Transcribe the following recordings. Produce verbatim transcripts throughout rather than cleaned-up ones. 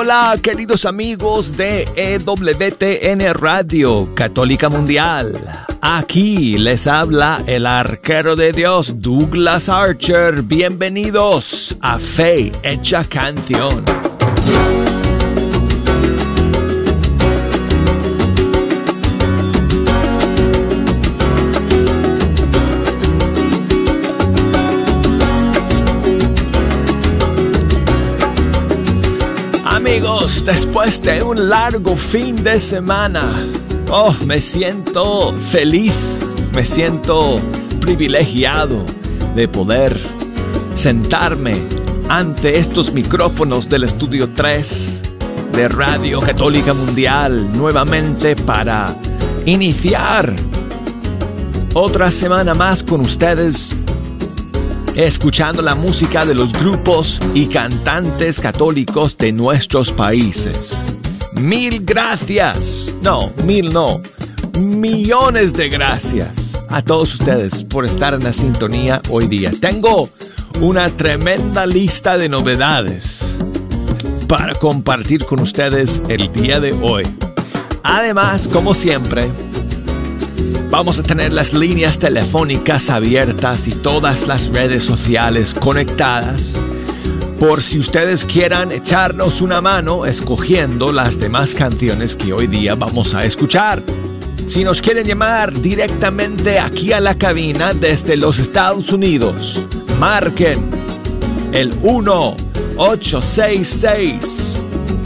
Hola, queridos amigos de E W T N Radio Católica Mundial. Aquí les habla el arquero de Dios, Douglas Archer. Bienvenidos a Fe Hecha Canción. Amigos, después de un largo fin de semana, oh, me siento feliz, me siento privilegiado de poder sentarme ante estos micrófonos del Estudio tres de Radio Católica Mundial nuevamente para iniciar otra semana más con ustedes, escuchando la música de los grupos y cantantes católicos de nuestros países. Mil gracias, no, mil no, millones de gracias a todos ustedes por estar en la sintonía hoy día. Tengo una tremenda lista de novedades para compartir con ustedes el día de hoy. Además, como siempre, vamos a tener las líneas telefónicas abiertas y todas las redes sociales conectadas por si ustedes quieran echarnos una mano escogiendo las demás canciones que hoy día vamos a escuchar. Si nos quieren llamar directamente aquí a la cabina desde los Estados Unidos, marquen el uno ocho seis seis,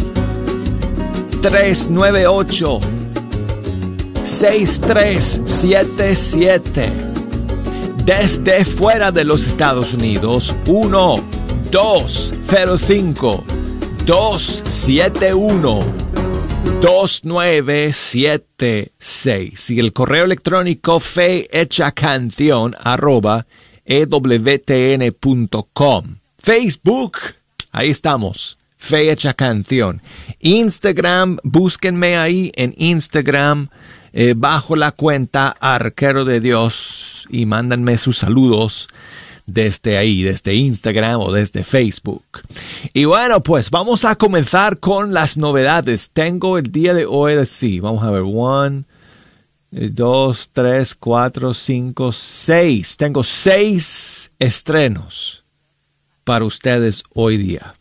tres nueve ocho, seis tres siete siete. Desde fuera de los Estados Unidos, uno dos cero cinco, dos siete uno, dos nueve siete seis. Y el correo electrónico fehechacanción arroba ewtn punto com. Facebook, ahí estamos, Fe Hecha Canción. Instagram, búsquenme ahí en Instagram, Eh, bajo la cuenta Arquero de Dios, y mándenme sus saludos desde ahí, desde Instagram o desde Facebook. Y bueno, pues vamos a comenzar con las novedades. Tengo el día de hoy, sí, vamos a ver, uno, dos, tres, cuatro, cinco, seis. Tengo seis estrenos para ustedes hoy día.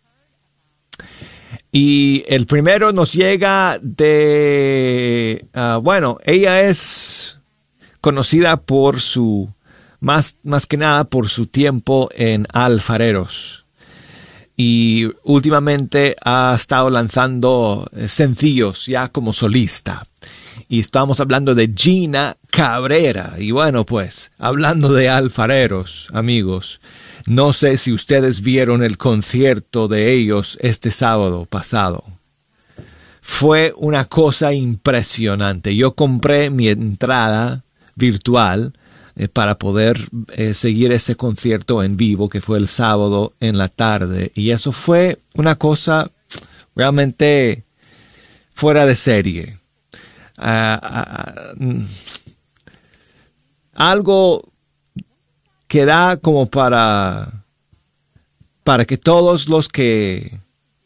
Y el primero nos llega de, uh, bueno, ella es conocida por su, más, más que nada por su tiempo en Alfareros. Y últimamente ha estado lanzando sencillos ya como solista. Y estamos hablando de Gina Cabrera. Y bueno, pues, hablando de Alfareros, amigos, no sé si ustedes vieron el concierto de ellos este sábado pasado. Fue una cosa impresionante. Yo compré mi entrada virtual eh, para poder eh, seguir ese concierto en vivo, que fue el sábado en la tarde. Y eso fue una cosa realmente fuera de serie. Uh, uh, uh, algo que da como para, para que todos los que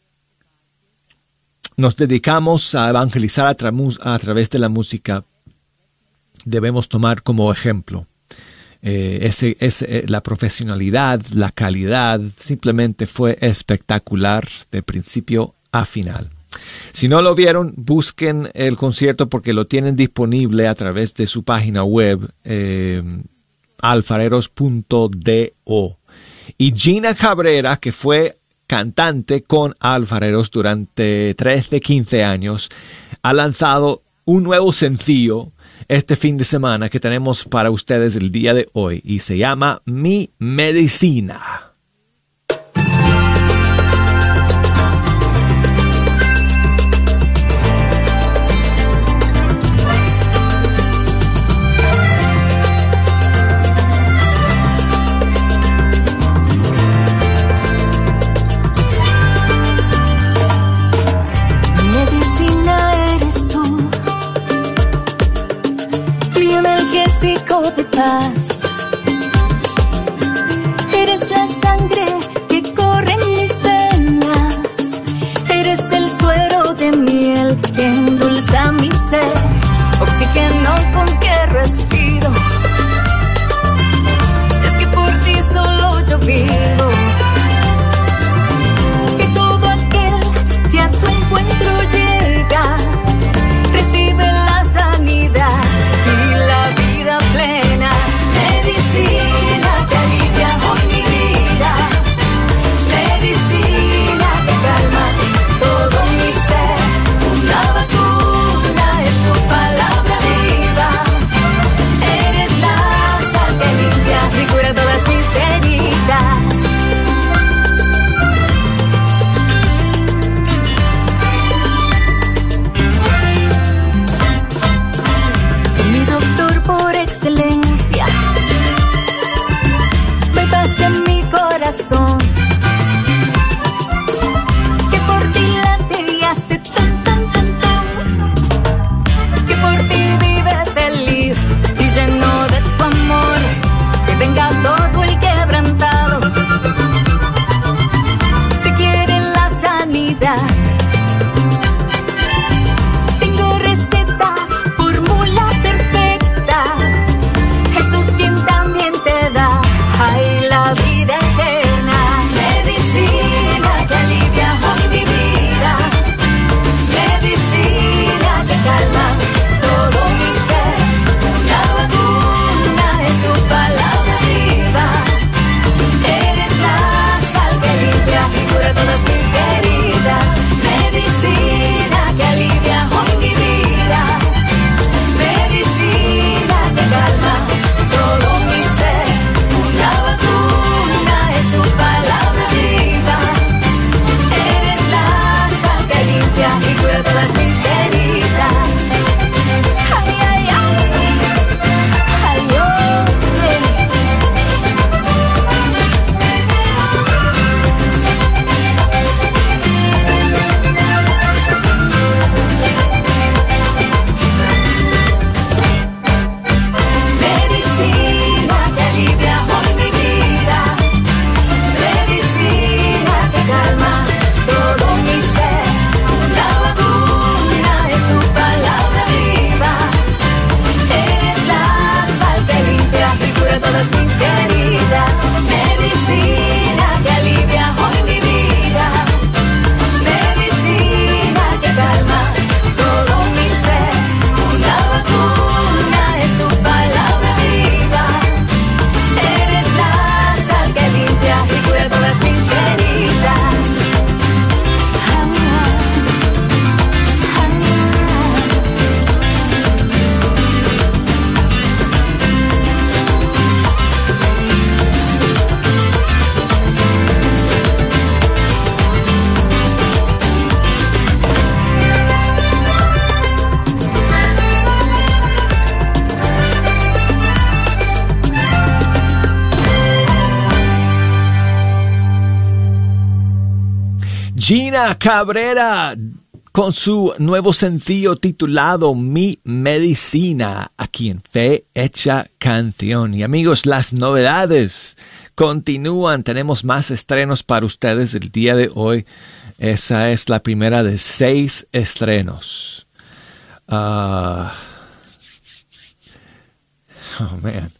nos dedicamos a evangelizar a, tra- a través de la música debemos tomar como ejemplo. Eh, ese, ese, la profesionalidad, la calidad, simplemente fue espectacular de principio a final. Si no lo vieron, busquen el concierto porque lo tienen disponible a través de su página web, eh, alfareros punto do. Y Gina Cabrera, que fue cantante con Alfareros durante trece, quince años, ha lanzado un nuevo sencillo este fin de semana que tenemos para ustedes el día de hoy y se llama Mi Medicina. De paz. Eres la Gina Cabrera con su nuevo sencillo titulado Mi Medicina, aquí en Fe Hecha Canción. Y amigos, las novedades continúan. Tenemos más estrenos para ustedes el día de hoy. Esa es la primera de seis estrenos. Uh, oh, man.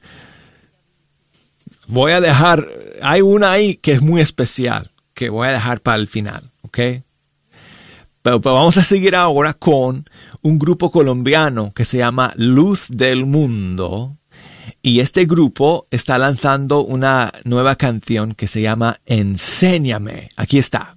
Voy a dejar, hay una ahí que es muy especial, que voy a dejar para el final, ¿ok? Pero, pero vamos a seguir ahora con un grupo colombiano que se llama Luz del Mundo. Y este grupo está lanzando una nueva canción que se llama Enséñame. Aquí está.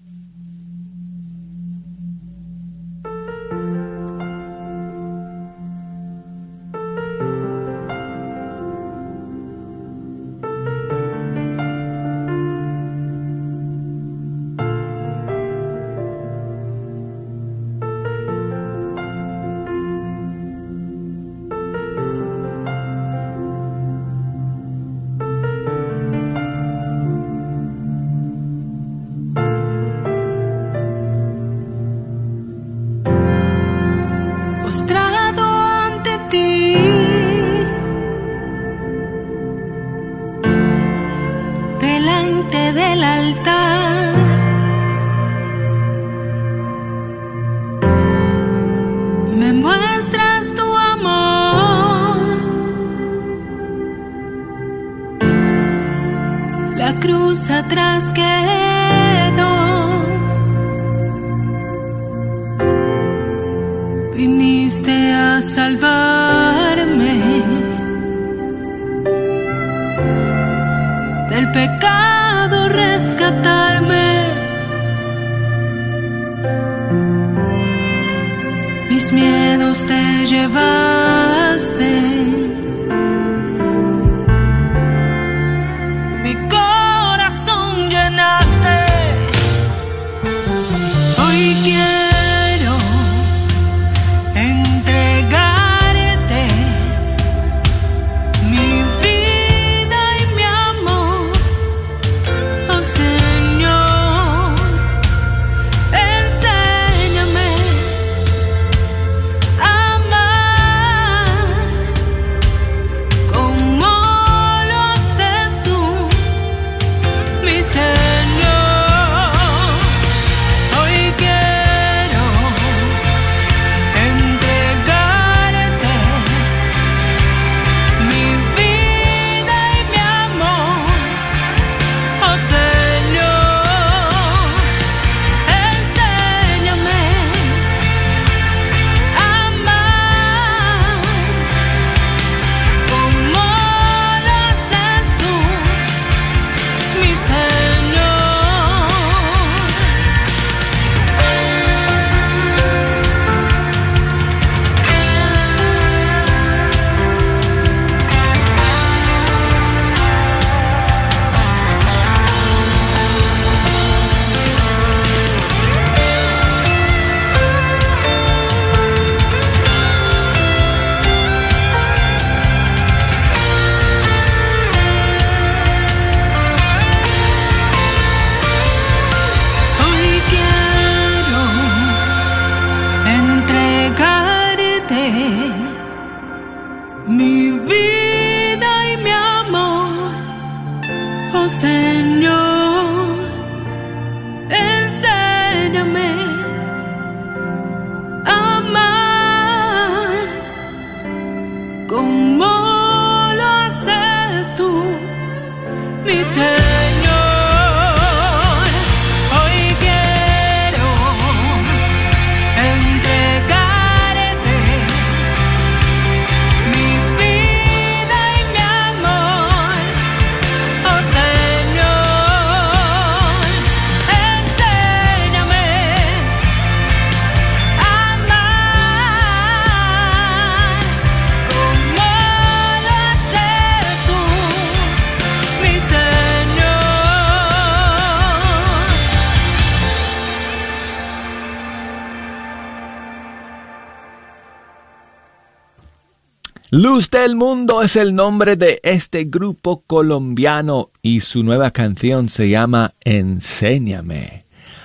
Luz del Mundo es el nombre de este grupo colombiano y su nueva canción se llama Enséñame.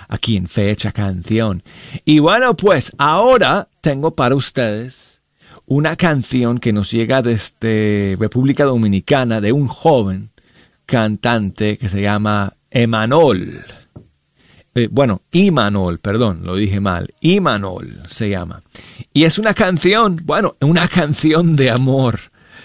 aquí en Fecha Canción. Y bueno, pues ahora tengo para ustedes una canción que nos llega desde República Dominicana de un joven cantante que se llama Emanol. Eh, bueno, Imanol, perdón, lo dije mal. Imanol se llama. Y es una canción, bueno, una canción de amor.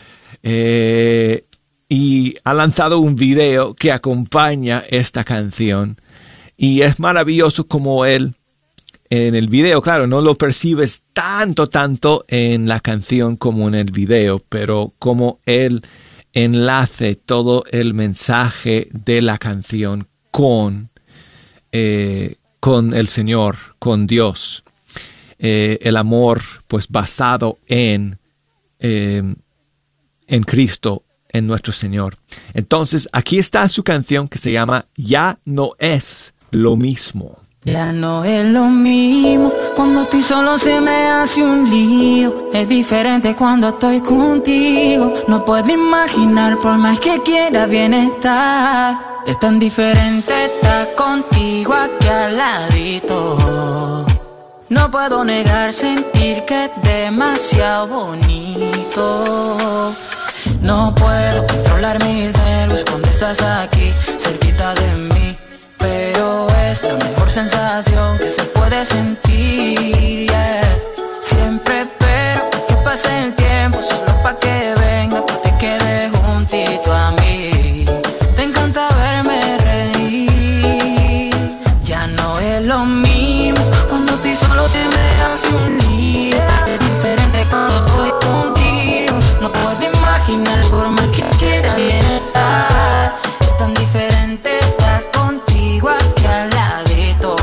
Eh, y ha lanzado un video que acompaña esta canción. Y es maravilloso como él, en el video, claro, no lo percibes tanto, tanto en la canción como en el video, pero como él enlace todo el mensaje de la canción con, eh, con el Señor, con Dios. Eh, el amor, pues, basado en, eh, en Cristo, en nuestro Señor. Entonces, aquí está su canción que se llama Ya no es lo mismo. Ya no es lo mismo, cuando estoy solo se me hace un lío. Es diferente cuando estoy contigo. No puedo imaginar por más que quiera bienestar. Es tan diferente estar contigo aquí al ladito. No puedo negar sentir que es demasiado bonito. No puedo controlar mis nervios cuando estás aquí, cerquita de mí. Pero es la mejor sensación que se puede sentir, yeah. Siempre espero que pase el tiempo solo pa' que venga, pa' que te quedes juntito a mí. Te encanta verme reír. Ya no es lo mismo cuando estoy solo se me hace un lío. Es diferente cuando estoy contigo. No puedo imaginar por más que quiera bienestar. Es tan diferente estar contigo aquí al ladito.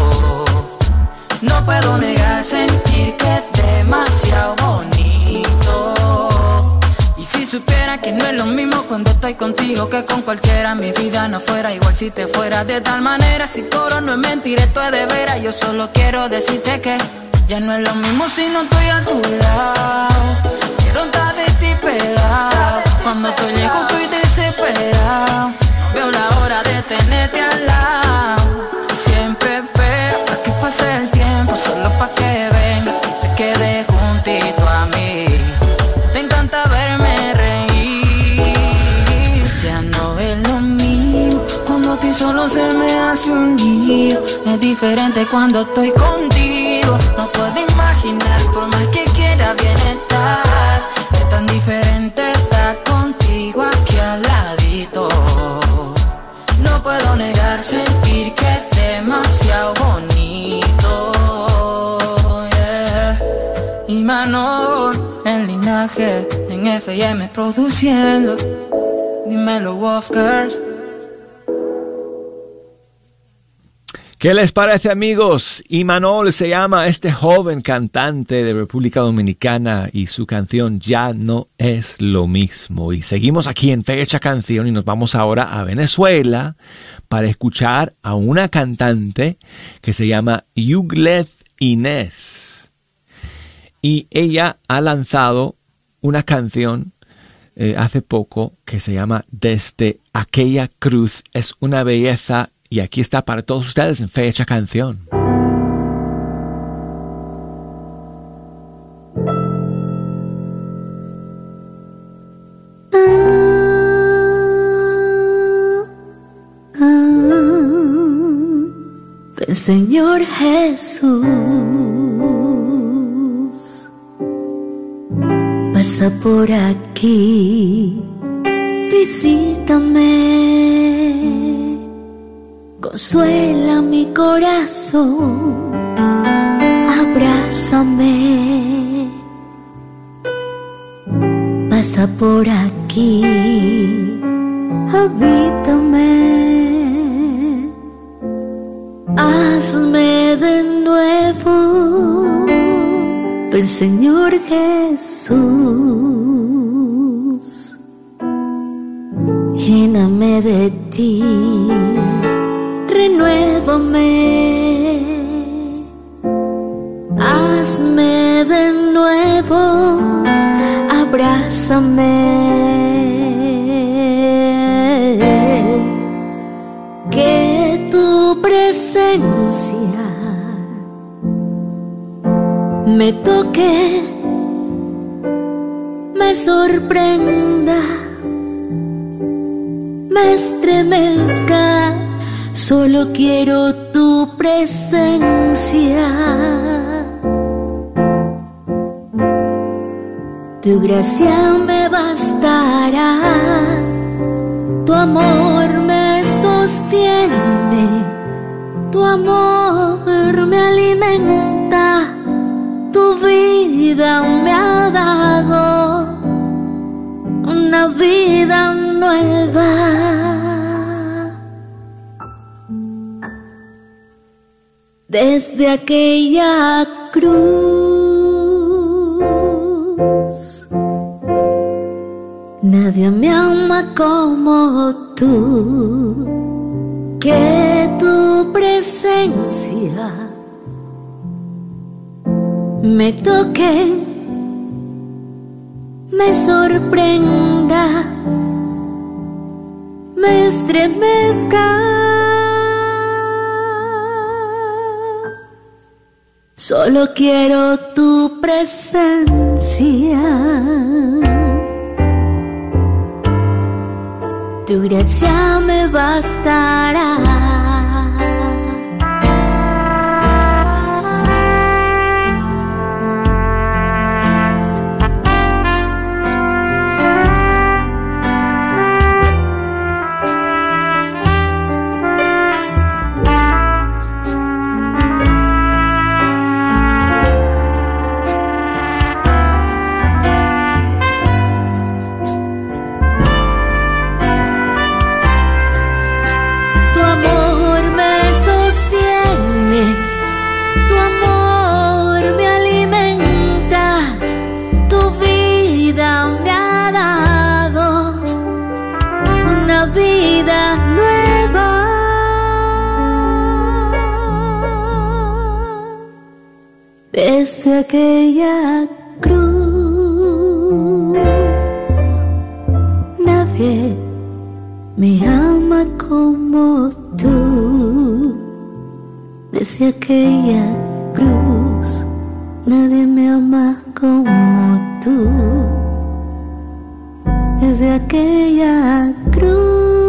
No puedo negar sentir que es demasiado bonito. Y si supiera que no es lo mismo cuando estoy contigo que con cualquiera, mi vida no fuera igual si te fuera de tal manera. Si coro no es mentira, esto es de veras. Yo solo quiero decirte que ya no es lo mismo si no estoy a tu lado. Quiero estar de ti pegado. Cuando estoy lejos estoy desesperado. Veo la hora de tenerte al lado. Siempre espero a que pase el tiempo solo pa' que venga, que te quedes juntito a mí. Te encanta verme reír. Ya no es lo mismo cuando estoy solo se me hace un lío. Es diferente cuando estoy contigo. No puedo imaginar por más que quiera bienestar. Es tan diferente estar contigo aquí al ladito. No puedo negar sentir que es demasiado bonito, yeah. Imanol, en linaje, en F M produciendo. Dímelo, Wolfgirls. ¿Qué les parece, amigos? Imanol se llama este joven cantante de República Dominicana y su canción Ya no es lo mismo. Y seguimos aquí en Fecha Canción y nos vamos ahora a Venezuela para escuchar a una cantante que se llama Yuglet Inés. Y ella ha lanzado una canción eh, hace poco que se llama Desde aquella cruz. Es una belleza. Y aquí está para todos ustedes en Fecha Canción. Ah, ah, ven, Señor Jesús, pasa por aquí, visítame. Consuela mi corazón, abrázame, pasa por aquí, habítame, hazme de nuevo, ven Señor Jesús, lléname de ti. Renuévame, hazme de nuevo, abrázame, que tu presencia me toque, me sorprenda, me estremezca. Solo quiero tu presencia. Tu gracia me bastará, tu amor me sostiene, tu amor me alimenta, tu vida me ha dado una vida nueva. Desde aquella cruz, nadie me ama como tú, que tu presencia me toque, me sorprenda, me estremezca. Solo quiero tu presencia. Tu gracia me bastará. Desde aquella cruz, nadie me ama como tú. Desde aquella cruz, nadie me ama como tú. Desde aquella cruz.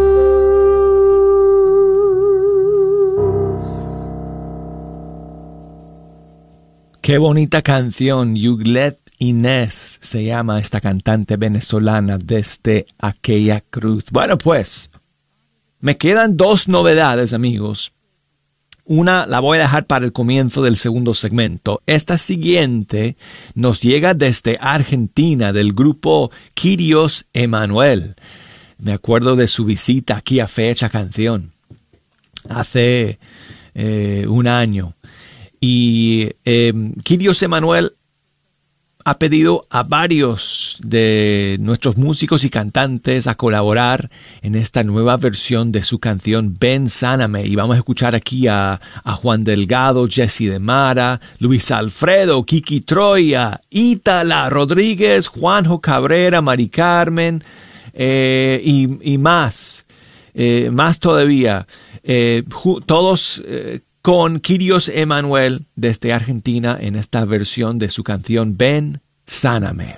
Qué bonita canción, Yuglet Inés se llama esta cantante venezolana, Desde aquella cruz. Bueno, pues, me quedan dos novedades, amigos. Una la voy a dejar para el comienzo del segundo segmento. Esta siguiente nos llega desde Argentina, del grupo Kyrios Emanuel. Me acuerdo de su visita aquí a Fecha Canción hace eh, un año. Y eh, Kyrios Emanuel ha pedido a varios de nuestros músicos y cantantes a colaborar en esta nueva versión de su canción Ven Sáname. Y vamos a escuchar aquí a, a Juan Delgado, Jessy de Mara, Luis Alfredo, Kiki Troya, Ítala Rodríguez, Juanjo Cabrera, Mari Carmen eh, y, y más, eh, más todavía. Eh, ju- todos... Eh, con Kyrios Emanuel desde Argentina en esta versión de su canción Ven, Sáname.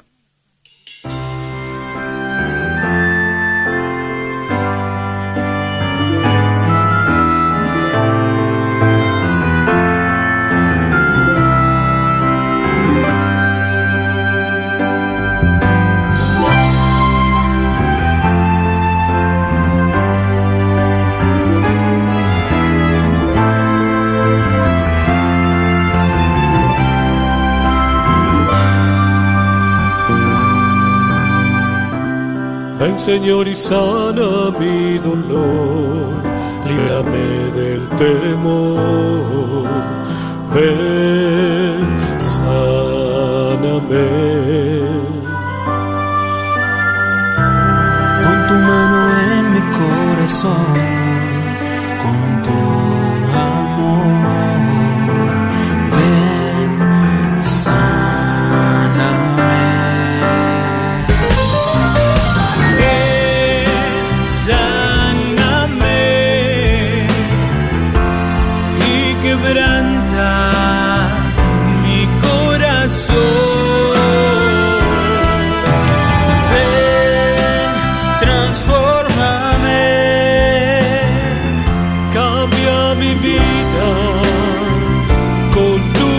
Ven, Señor, y sana mi dolor, líbrame del temor. Ven, sáname. Pon tu mano en mi corazón, con tu amor. Ven, sáname. Quebranta mi corazón. mi vida con tu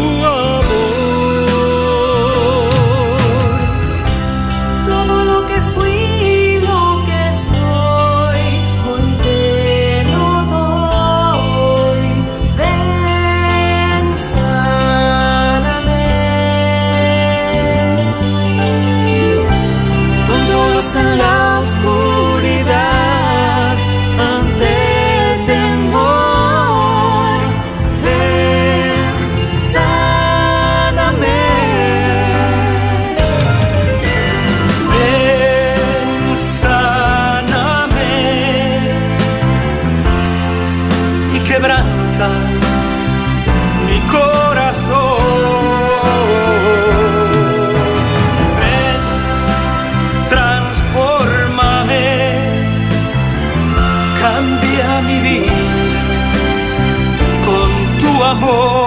amor. Todo lo que fui, lo que soy, hoy te lo doy. Ven, sáname. Con todos en la oscuridad, ante el temor. Ven, sáname. Ven, sáname y quebranta mi corazón. Ven, transfórmame, cambia mi vida con tu amor.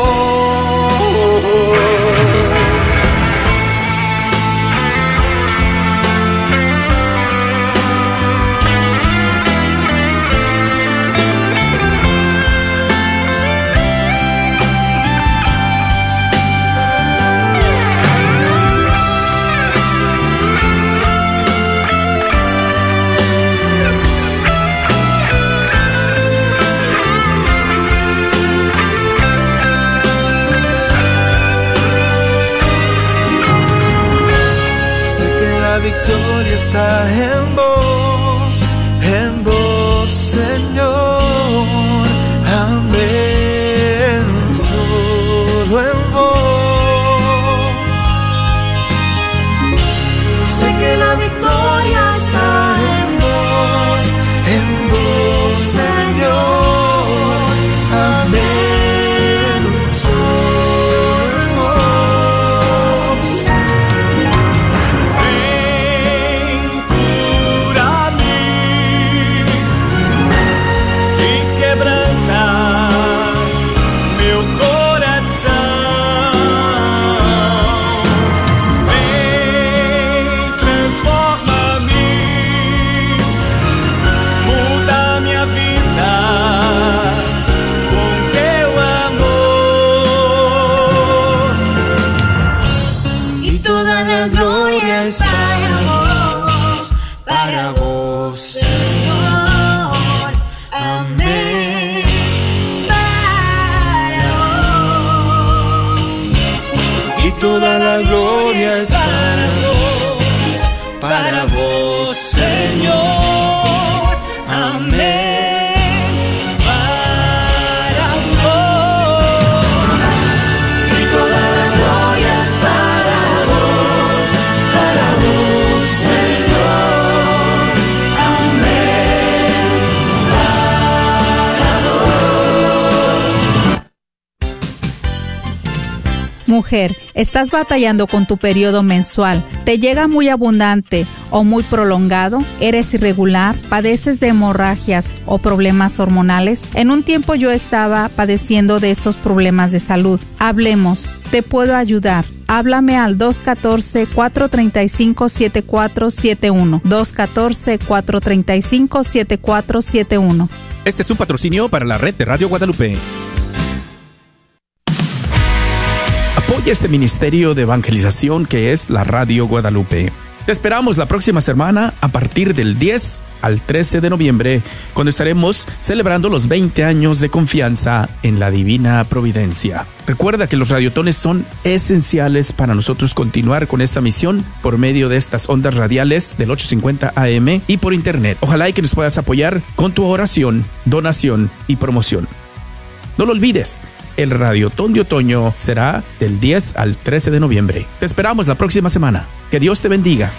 Sé que la victoria está en vos, en vos, Señor. Amén, solo en vos. Sé que la victoria está en vos, en vos, Señor. Amén, solo en vos. Ven, cúrame y quebranta mi corazón. Ven, transforma-me, muda minha vida com teu amor. Y toda la gloria es para vos, para vos, Señor. Amén. Para vos. Y toda la gloria es para vos, para vos, Señor. Amén. Para vos. Y toda la gloria es para vos, para vos, Señor. Amén. Para vos. Mujer, ¿estás batallando con tu periodo mensual? ¿Te llega muy abundante o muy prolongado? ¿Eres irregular? ¿Padeces de hemorragias o problemas hormonales? En un tiempo yo estaba padeciendo de estos problemas de salud. Hablemos, te puedo ayudar. Háblame al dos uno cuatro, cuatro tres cinco, siete cuatro siete uno. dos uno cuatro, cuatro tres cinco, siete cuatro siete uno. Este es un patrocinio para la red de Radio Guadalupe. Apoya este ministerio de evangelización que es la Radio Guadalupe. Te esperamos la próxima semana a partir del diez al trece de noviembre, cuando estaremos celebrando los veinte años de confianza en la divina providencia. Recuerda que los radiotones son esenciales para nosotros continuar con esta misión por medio de estas ondas radiales del ochocientos cincuenta A M y por internet. Ojalá y que nos puedas apoyar con tu oración, donación y promoción. No lo olvides. El Radiotón de Otoño será del diez al trece de noviembre. Te esperamos la próxima semana. Que Dios te bendiga.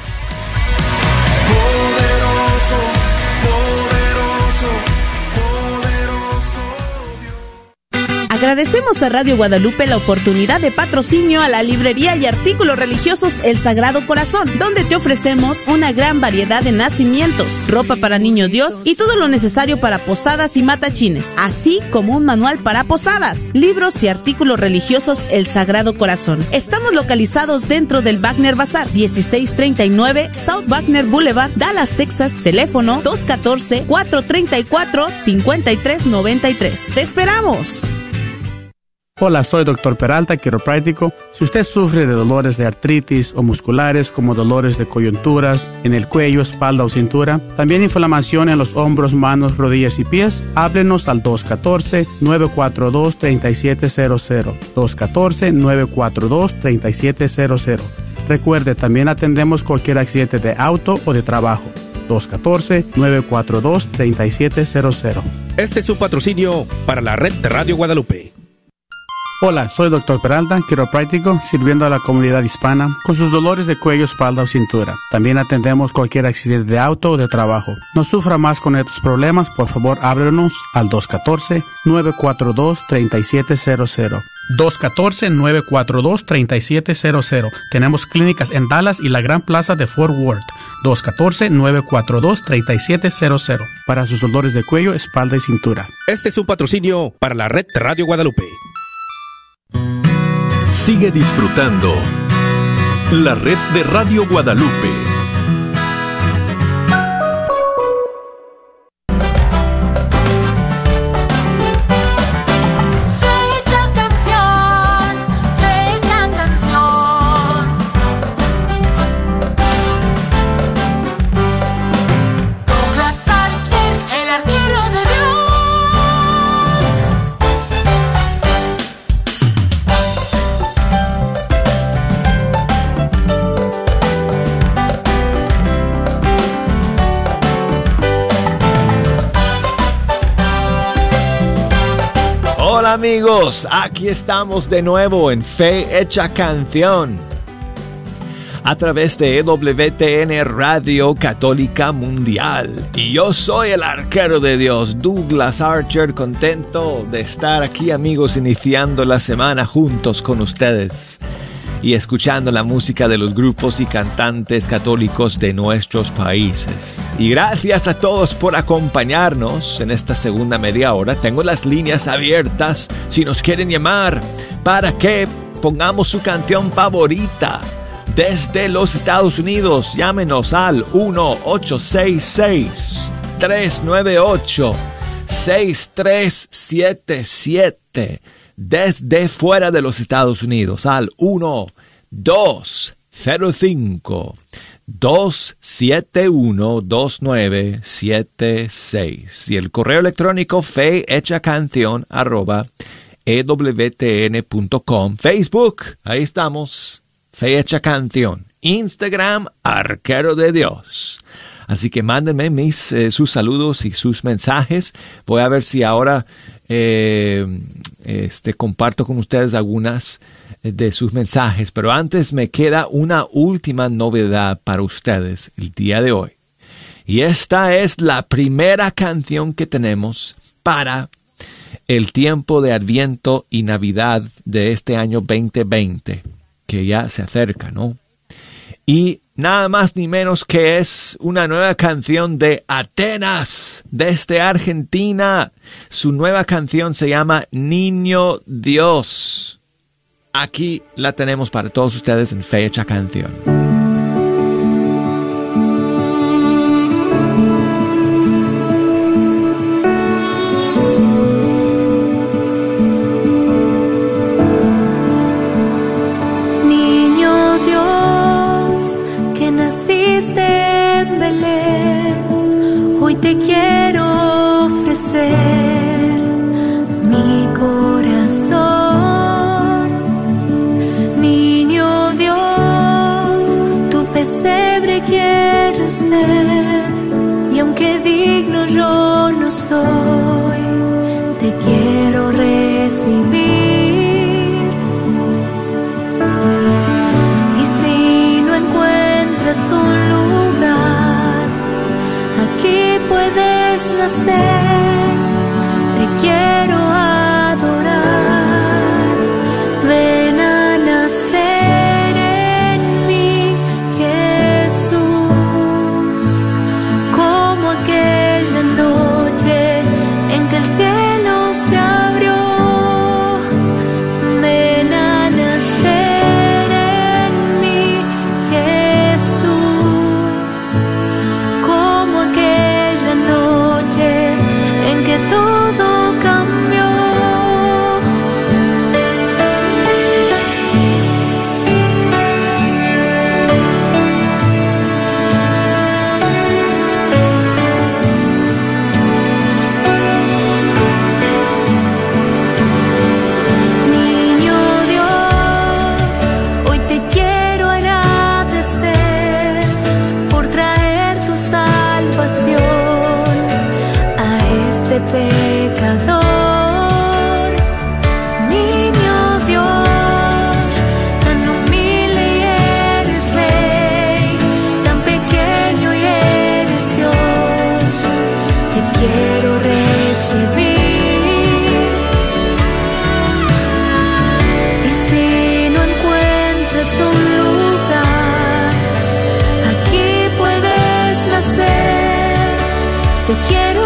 Poderoso, poderoso, poderoso Dios. Agradecemos a Radio Guadalupe la oportunidad de patrocinio a la librería y artículos religiosos El Sagrado Corazón, donde te ofrecemos una gran variedad de nacimientos, ropa para Niño Dios y todo lo necesario para posadas y matachines, así como un manual para posadas, libros y artículos religiosos El Sagrado Corazón. Estamos localizados dentro del Wagner Bazar, dieciséis treinta y nueve South Wagner Boulevard, Dallas, Texas. Teléfono dos uno cuatro, cuatro tres cuatro, cinco tres nueve tres. ¡Te esperamos! Hola, soy doctor Peralta, quiropráctico. Si usted sufre de dolores de artritis o musculares como dolores de coyunturas en el cuello, espalda o cintura, también inflamación en los hombros, manos, rodillas y pies, háblenos al dos uno cuatro, nueve cuatro dos, tres siete cero cero. dos uno cuatro, nueve cuatro dos, tres siete cero cero. Recuerde, también atendemos cualquier accidente de auto o de trabajo. dos uno cuatro, nueve cuatro dos, tres siete cero cero. Este es un patrocinio para la red de Radio Guadalupe. Hola, soy doctor Peralta, quiropráctico, sirviendo a la comunidad hispana con sus dolores de cuello, espalda o cintura. También atendemos cualquier accidente de auto o de trabajo. No sufra más con estos problemas, por favor, háblenos al dos uno cuatro, nueve cuatro dos, tres siete cero cero. dos uno cuatro, nueve cuatro dos, tres siete cero cero. Tenemos clínicas en Dallas y la Gran Plaza de Fort Worth. dos uno cuatro, nueve cuatro dos, tres siete cero cero. Para sus dolores de cuello, espalda y cintura. Este es un patrocinio para la red de Radio Guadalupe. Sigue disfrutando la red de Radio Guadalupe. Hola amigos, aquí estamos de nuevo en Fe Hecha Canción a través de E W T N Radio Católica Mundial. Y yo soy el arquero de Dios, Douglas Archer, contento de estar aquí amigos, iniciando la semana juntos con ustedes y escuchando la música de los grupos y cantantes católicos de nuestros países. Y gracias a todos por acompañarnos en esta segunda media hora. Tengo las líneas abiertas si nos quieren llamar para que pongamos su canción favorita desde los Estados Unidos. Llámenos al uno ocho seis seis, tres nueve ocho, seis tres siete siete. Desde fuera de los Estados Unidos al uno dos cero cinco, dos siete uno, dos nueve siete seis. Y el correo electrónico fehechacanción arroba e w t n punto com. Facebook, ahí estamos, Fe Hecha Canción. Instagram, Arquero de Dios. Así que mándenme mis, eh, sus saludos y sus mensajes. Voy a ver si ahora eh, este, comparto con ustedes algunas de sus mensajes. Pero antes me queda una última novedad para ustedes el día de hoy. Y esta es la primera canción que tenemos para el tiempo de Adviento y Navidad de este año veinte veinte, que ya se acerca, ¿no? Y nada más ni menos que es una nueva canción de Atenas, desde Argentina. Su nueva canción se llama Niño Dios. Aquí la tenemos para todos ustedes en Fe Hecha Canción. Hoy te quiero ofrecer mi corazón, niño Dios, tu pesebre quiero ser, y aunque digno yo no soy, te quiero recibir. Y si no encuentras un lugar, aquí puedes nacer, te quiero adorar. de pecador. Niño Dios, tan humilde y eres rey, tan pequeño y eres Dios. Te quiero recibir. Y si no encuentras un lugar, aquí puedes nacer. Te quiero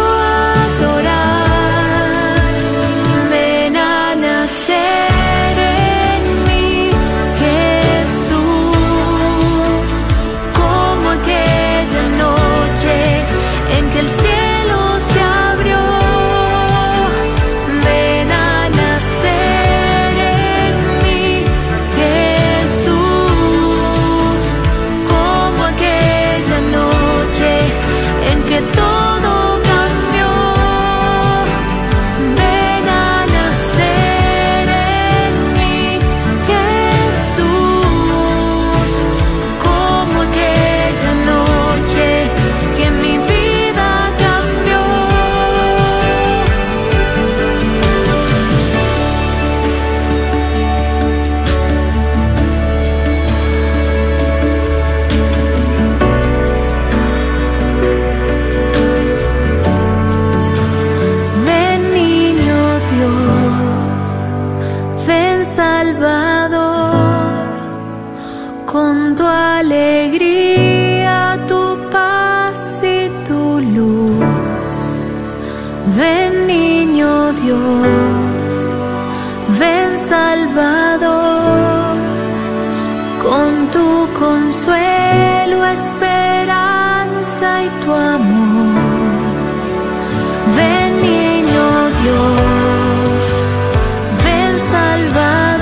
adorar. Ven a nacer en mí, Jesús, como aquella noche en que el cielo se abrió. Ven a nacer en mí, Jesús, como aquella noche en que todo con tu alegría, tu paz y tu luz. Ven, niño Dios, ven, Salvador, con tu consuelo, esperanza y tu amor. Ven, niño Dios, ven, Salvador,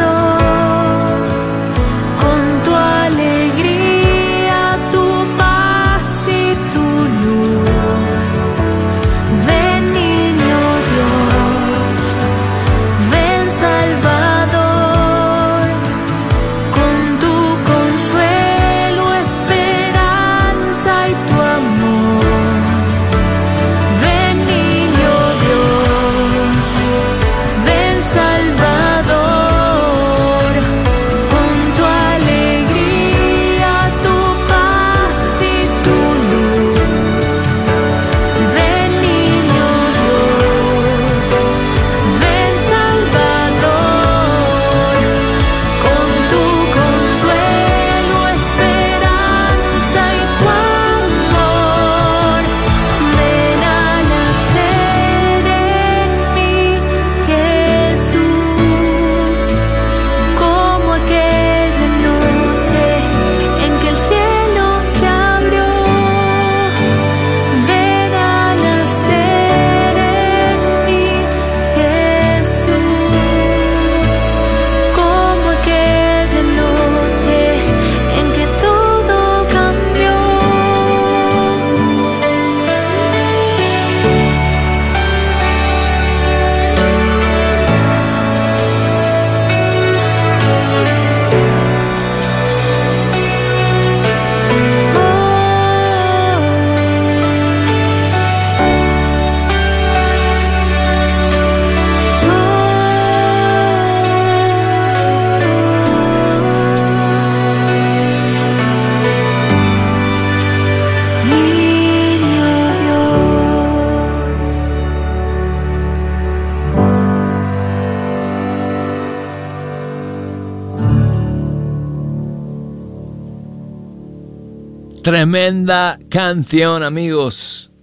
Tremenda canción, amigos.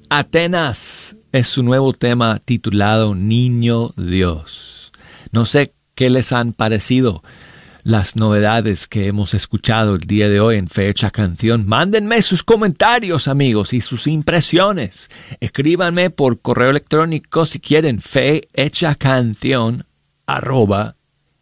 Atenas es su nuevo tema titulado Niño Dios. No sé qué les han parecido las novedades que hemos escuchado el día de hoy en Fe Hecha Canción. Mándenme sus comentarios, amigos, y sus impresiones. Escríbanme por correo electrónico si quieren, fehechacanción arroba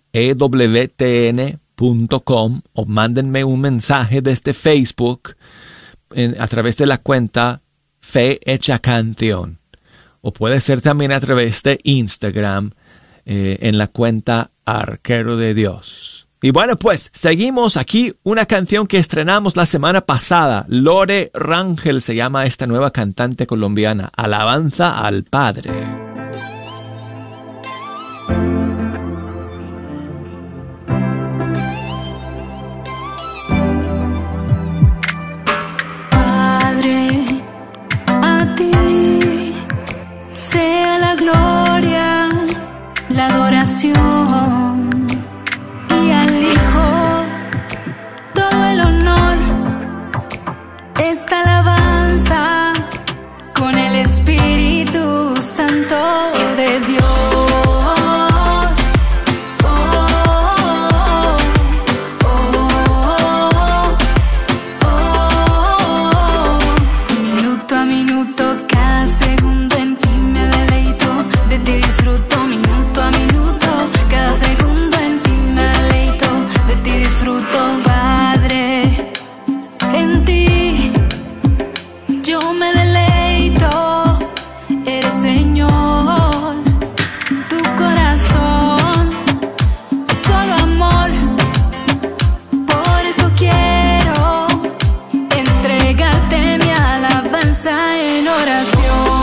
ewtn punto com, o mándenme un mensaje desde Facebook en, a través de la cuenta Fe Hecha Canción, o puede ser también a través de Instagram eh, en la cuenta Arquero de Dios. Y bueno, pues seguimos aquí una canción que estrenamos la semana pasada. Lore Rangel se llama esta nueva cantante colombiana. Alabanza al Padre. Padre, a ti sea la gloria, la adoración. Esta alabanza con el Espíritu Santo de Dios. Oh, oh, oh, oh, oh. Minuto a minuto, cada segundo en ti me deleito, de ti disfruto, minuto a minuto, cada segundo en ti me deleito, de ti disfruto, Padre, en ti yo me deleito, eres Señor, tu corazón, solo amor, por eso quiero entregarte mi alabanza en oración.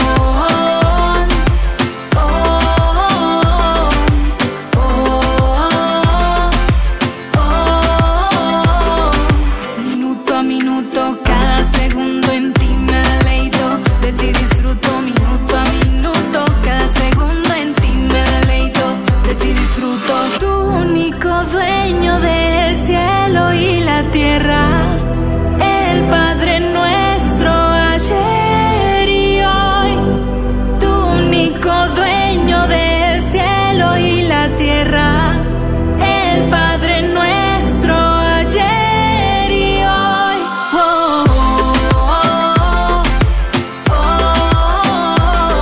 Dueño del cielo y la tierra, el Padre nuestro ayer y hoy, tu único dueño del cielo y la tierra, el Padre nuestro ayer y hoy. Oh, oh, oh, oh,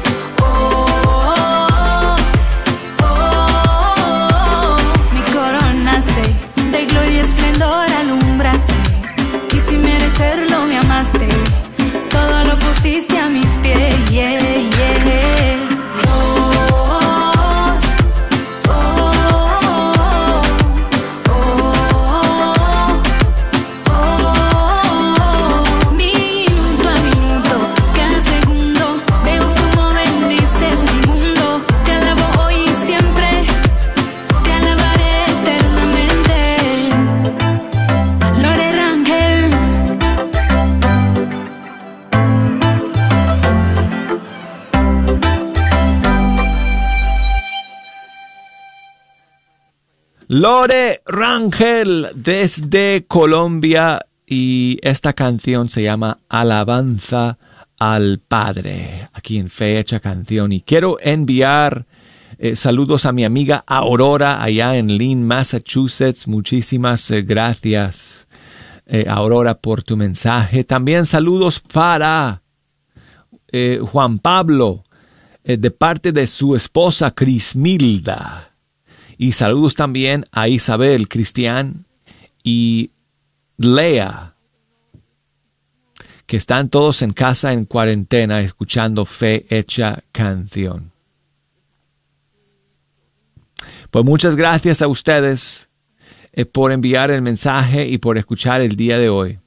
oh, oh. Mi coronaste, de gloria y esplendor alumbraste, y sin merecerlo me amaste, todo lo pusiste a mis pies. Yeah, yeah. Oh, oh, oh, oh, oh. Minuto a minuto, cada segundo, veo cómo bendices mi mundo. Te alabo hoy y siempre, te alabaré eternamente. Lore Rangel. Lore Rangel desde Colombia, y esta canción se llama Alabanza al Padre, aquí en Fecha Canción. Y quiero enviar eh, saludos a mi amiga Aurora allá en Lynn, Massachusetts. Muchísimas eh, gracias, eh, Aurora, por tu mensaje. También saludos para eh, Juan Pablo, eh, de parte de su esposa Crismilda. Y saludos también a Isabel, Cristian y Lea, que están todos en casa en cuarentena escuchando Fe Hecha Canción. Pues muchas gracias a ustedes eh, por enviar el mensaje y por escuchar el día de hoy.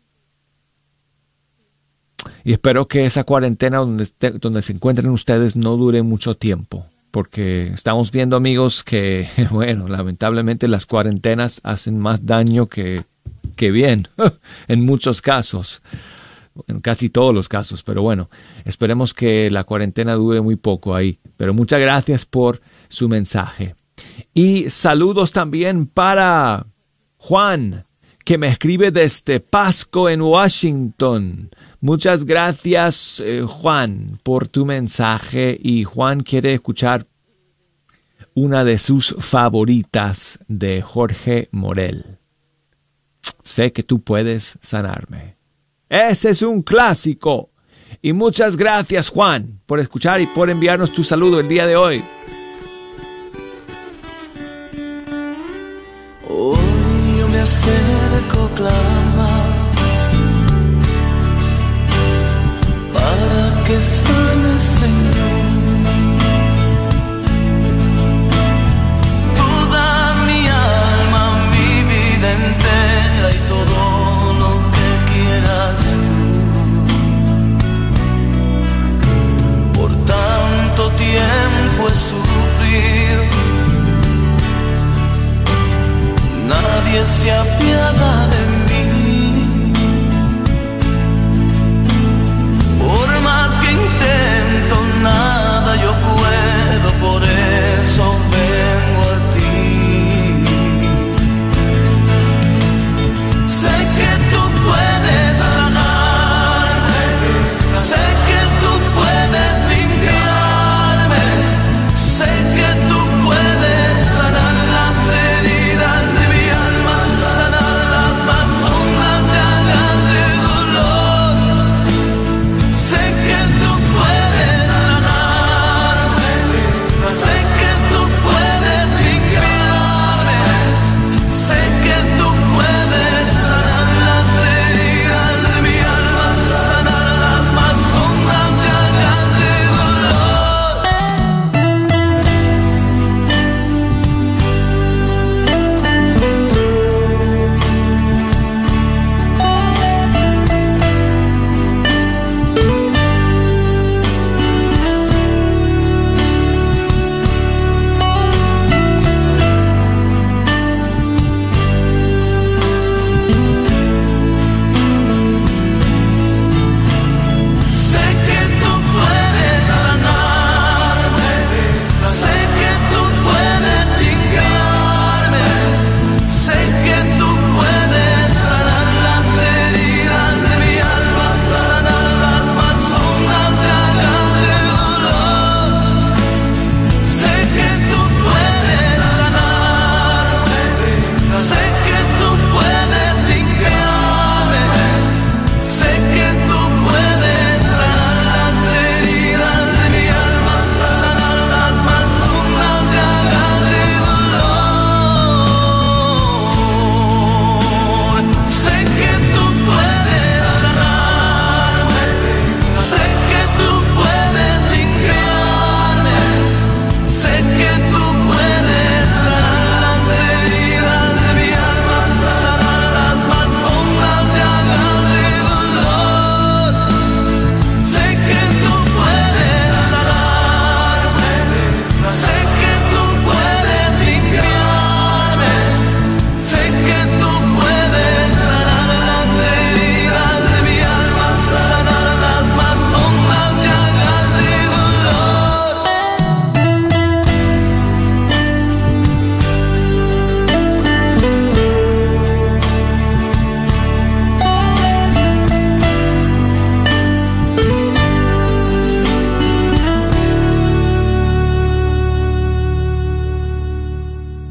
Y espero que esa cuarentena donde, esté, donde se encuentren ustedes no dure mucho tiempo. Porque estamos viendo, amigos, que, bueno, lamentablemente las cuarentenas hacen más daño que, que bien, en muchos casos, en casi todos los casos. Pero bueno, esperemos que la cuarentena dure muy poco ahí. Pero muchas gracias por su mensaje. Y saludos también para Juan, que me escribe desde Pasco, en Washington. Muchas gracias, eh, Juan, por tu mensaje. Y Juan quiere escuchar una de sus favoritas de Jorge Morel. Sé que tú puedes sanarme. Ese es un clásico. Y muchas gracias, Juan, por escuchar y por enviarnos tu saludo el día de hoy. Hoy yo me acerco, clama, para que sanes, Señor, toda mi alma, mi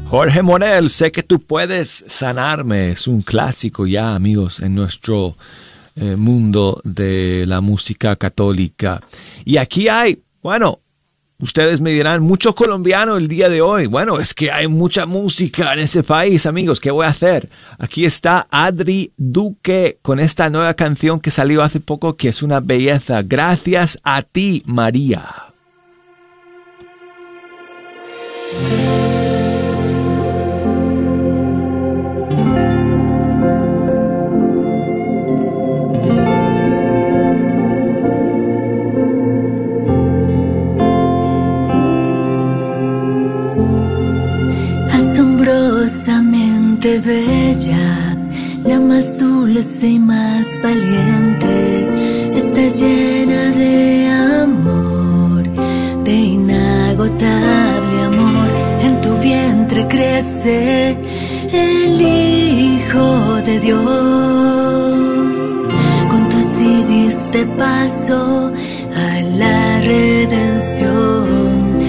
Jorge Morel, sé que tú puedes sanarme. Es un clásico ya, amigos, en nuestro eh, mundo de la música católica. Y aquí hay, bueno, ustedes me dirán, mucho colombiano el día de hoy. Bueno, es que hay mucha música en ese país, amigos. ¿Qué voy a hacer? Aquí está Adri Duque con esta nueva canción que salió hace poco, que es una belleza. Gracias a ti, María. Asombrosamente bella, la más dulce y más valiente, estás llena de amor, de inagotable amor. En tu vientre crece el Hijo de Dios. Con tu sí diste paso a la redención.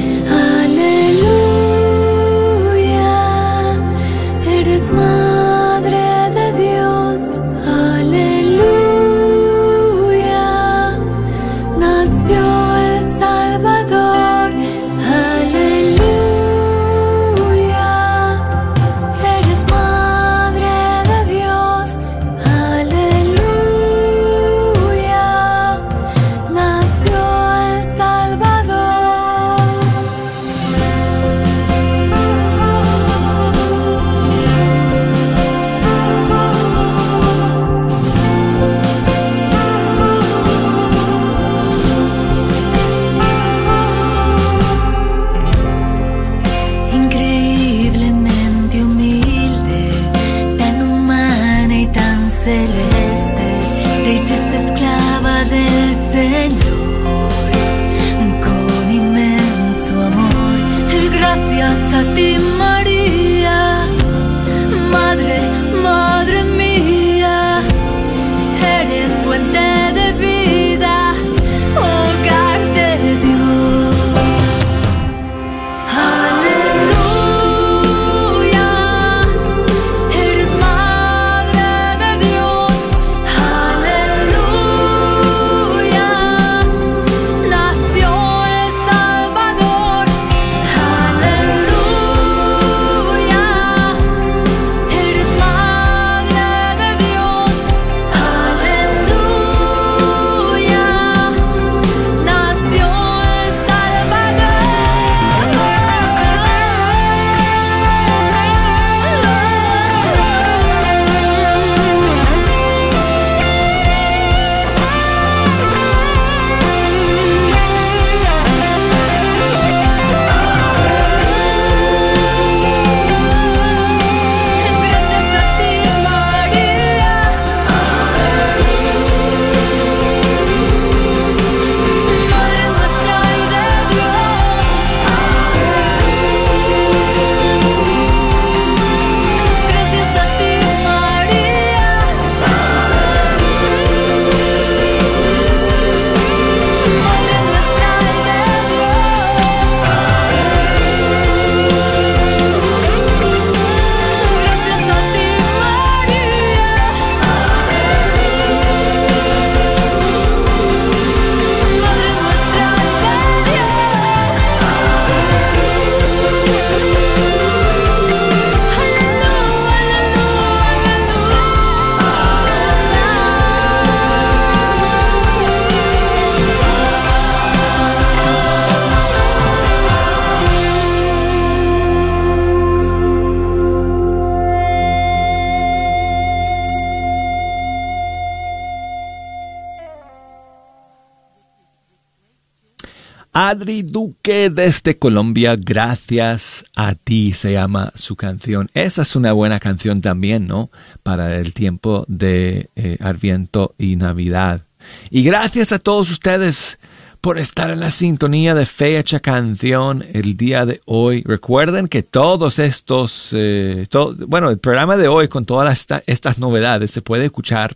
Adri Duque desde Colombia, gracias a ti se llama su canción. Esa es una buena canción también, ¿no? Para el tiempo de eh, Adviento y Navidad. Y gracias a todos ustedes por estar en la sintonía de Fecha Canción el día de hoy. Recuerden que todos estos, eh, todo, bueno, el programa de hoy con todas esta, estas novedades se puede escuchar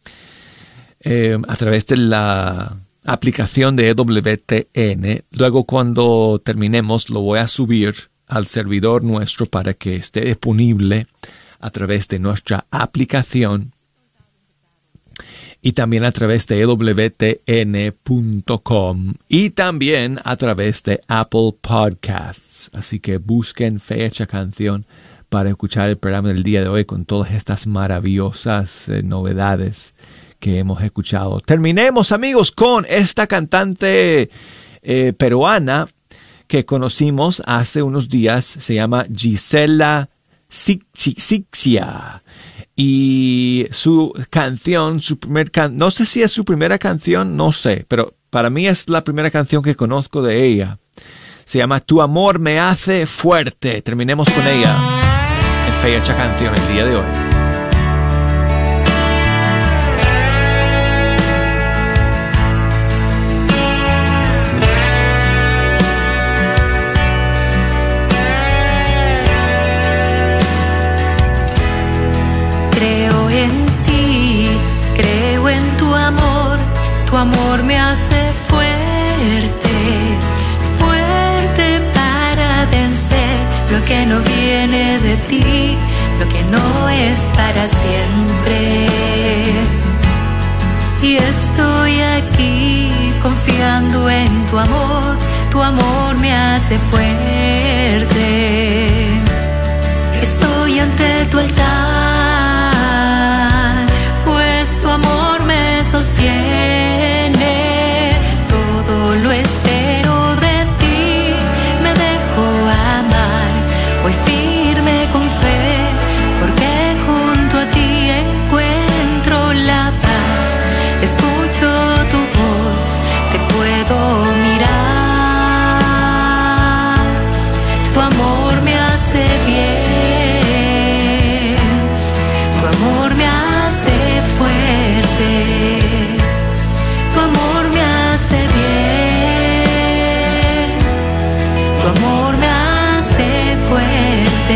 eh, a través de la aplicación de E W T N. Luego, cuando terminemos, lo voy a subir al servidor nuestro para que esté disponible a través de nuestra aplicación y también a través de E W T N punto com y también a través de Apple Podcasts. Así que busquen Fecha Canción para escuchar el programa del día de hoy con todas estas maravillosas eh, novedades que hemos escuchado. Terminemos, amigos, con esta cantante eh, peruana que conocimos hace unos días. Se llama Gisela Sixia. Y su canción, su primer can- no sé si es su primera canción, no sé, pero para mí es la primera canción que conozco de ella. Se llama Tu amor me hace fuerte. Terminemos con ella en Fecha Canción el día de hoy. Creo en ti, creo en tu amor, tu amor me hace fuerte, fuerte para vencer lo que no viene de ti, lo que no es para siempre. Y estoy aquí confiando en tu amor, tu amor me hace fuerte. Estoy ante tu altar, pues tu amor me sostiene. Todo lo espero de ti, me dejo amar, voy firme con fe, porque junto a ti encuentro la paz. Escucho tu voz, te puedo mirar, tu amor me hace bien. Tu amor me hace fuerte, tu amor me hace bien, tu amor me hace fuerte.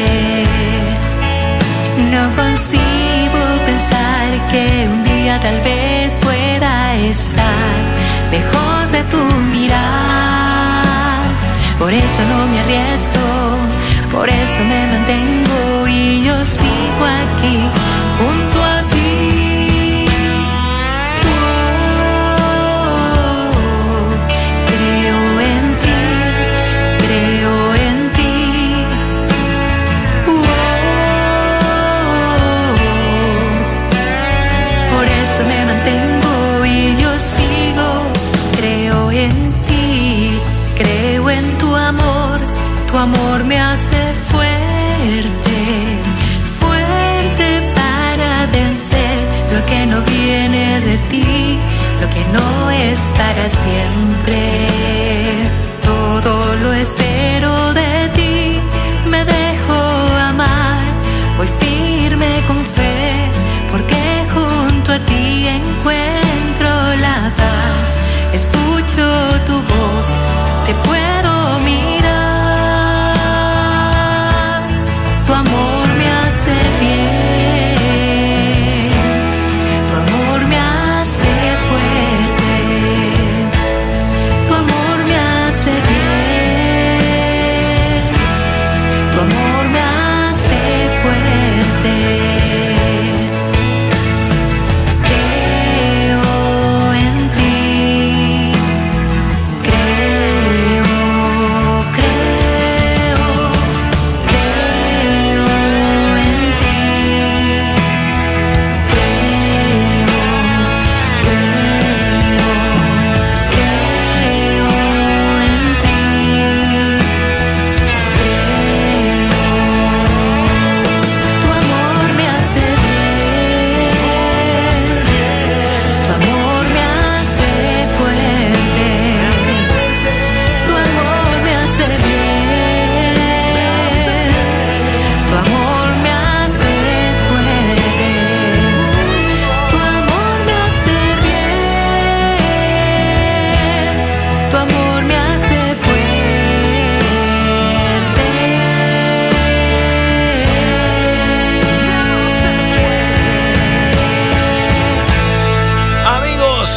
No consigo pensar que un día tal vez pueda estar lejos de tu mirar. Por eso no me arriesgo, por eso me mantengo y yo sigo aquí junto a ti. Oh, creo en ti, creo en ti. Oh, por eso me mantengo y yo sigo. Creo en ti, creo en tu amor, tu amor me hace fuerte, fuerte para vencer lo que no viene de ti, lo que no es para siempre. Todo lo espero de ti, me dejo amar, voy firme con fe, porque junto a ti encuentro la paz. Escucho tu voz, te puedo mirar, tu amor me hace bien, tu amor me hace fuerte,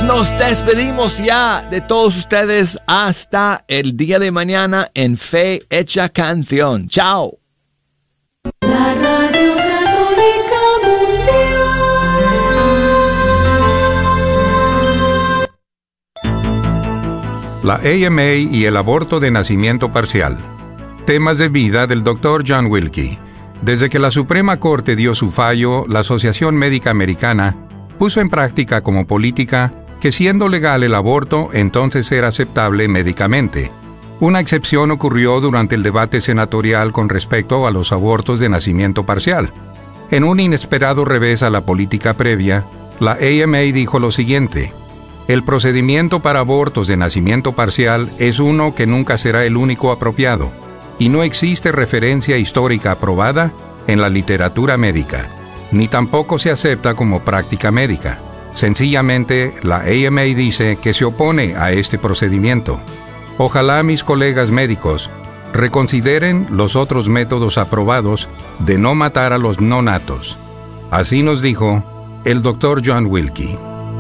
Nos despedimos ya de todos ustedes hasta el día de mañana en Fe Hecha Canción. Chao. La Radio Católica Mundial. La A M A y el aborto de nacimiento parcial. Temas de vida del doctor John Wilkie. Desde que la Suprema Corte dio su fallo, la Asociación Médica Americana puso en práctica como política que siendo legal el aborto, entonces era aceptable médicamente. Una excepción ocurrió durante el debate senatorial con respecto a los abortos de nacimiento parcial. En un inesperado revés a la política previa, la A M A dijo lo siguiente: el procedimiento para abortos de nacimiento parcial es uno que nunca será el único apropiado, y no existe referencia histórica aprobada en la literatura médica, ni tampoco se acepta como práctica médica. Sencillamente, la A M A dice que se opone a este procedimiento. Ojalá mis colegas médicos reconsideren los otros métodos aprobados de no matar a los no natos. Así nos dijo el doctor John Wilkie.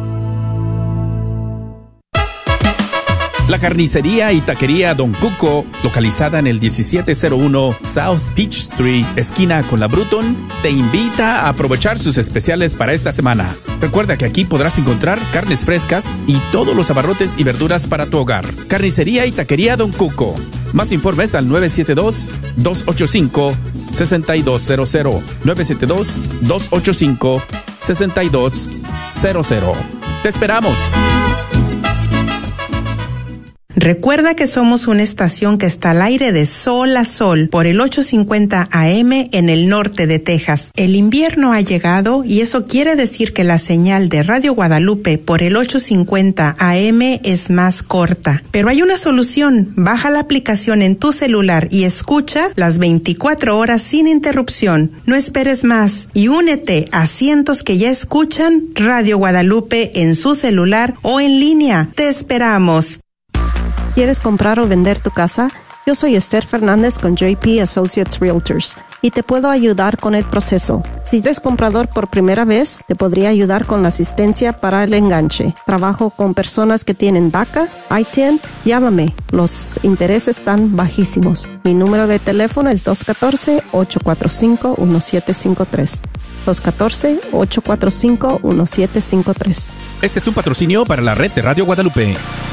La carnicería y taquería Don Cuco, localizada en el diecisiete cero uno South Peach Street, esquina con la Bruton, te invita a aprovechar sus especiales para esta semana. Recuerda que aquí podrás encontrar carnes frescas y todos los abarrotes y verduras para tu hogar. Carnicería y taquería Don Cuco. Más informes al nueve siete dos, dos ocho cinco, seis dos cero cero. nueve siete dos, dos ocho cinco, seis dos cero cero. ¡Te esperamos! Recuerda que somos una estación que está al aire de sol a sol por el ochocientos cincuenta A M en el norte de Texas. El invierno ha llegado y eso quiere decir que la señal de Radio Guadalupe por el ochocientos cincuenta A M es más corta. Pero hay una solución. Baja la aplicación en tu celular y escucha las veinticuatro horas sin interrupción. No esperes más y únete a cientos que ya escuchan Radio Guadalupe en su celular o en línea. Te esperamos. ¿Quieres comprar o vender tu casa? Yo soy Esther Fernández con J P Associates Realtors y te puedo ayudar con el proceso. Si eres comprador por primera vez, te podría ayudar con la asistencia para el enganche. Trabajo con personas que tienen D A C A, I T I N. Llámame, los intereses están bajísimos. Mi número de teléfono es dos uno cuatro, ocho cuatro cinco, uno siete cinco tres. dos uno cuatro, ocho cuatro cinco, uno siete cinco tres. Este es un patrocinio para la red de Radio Guadalupe.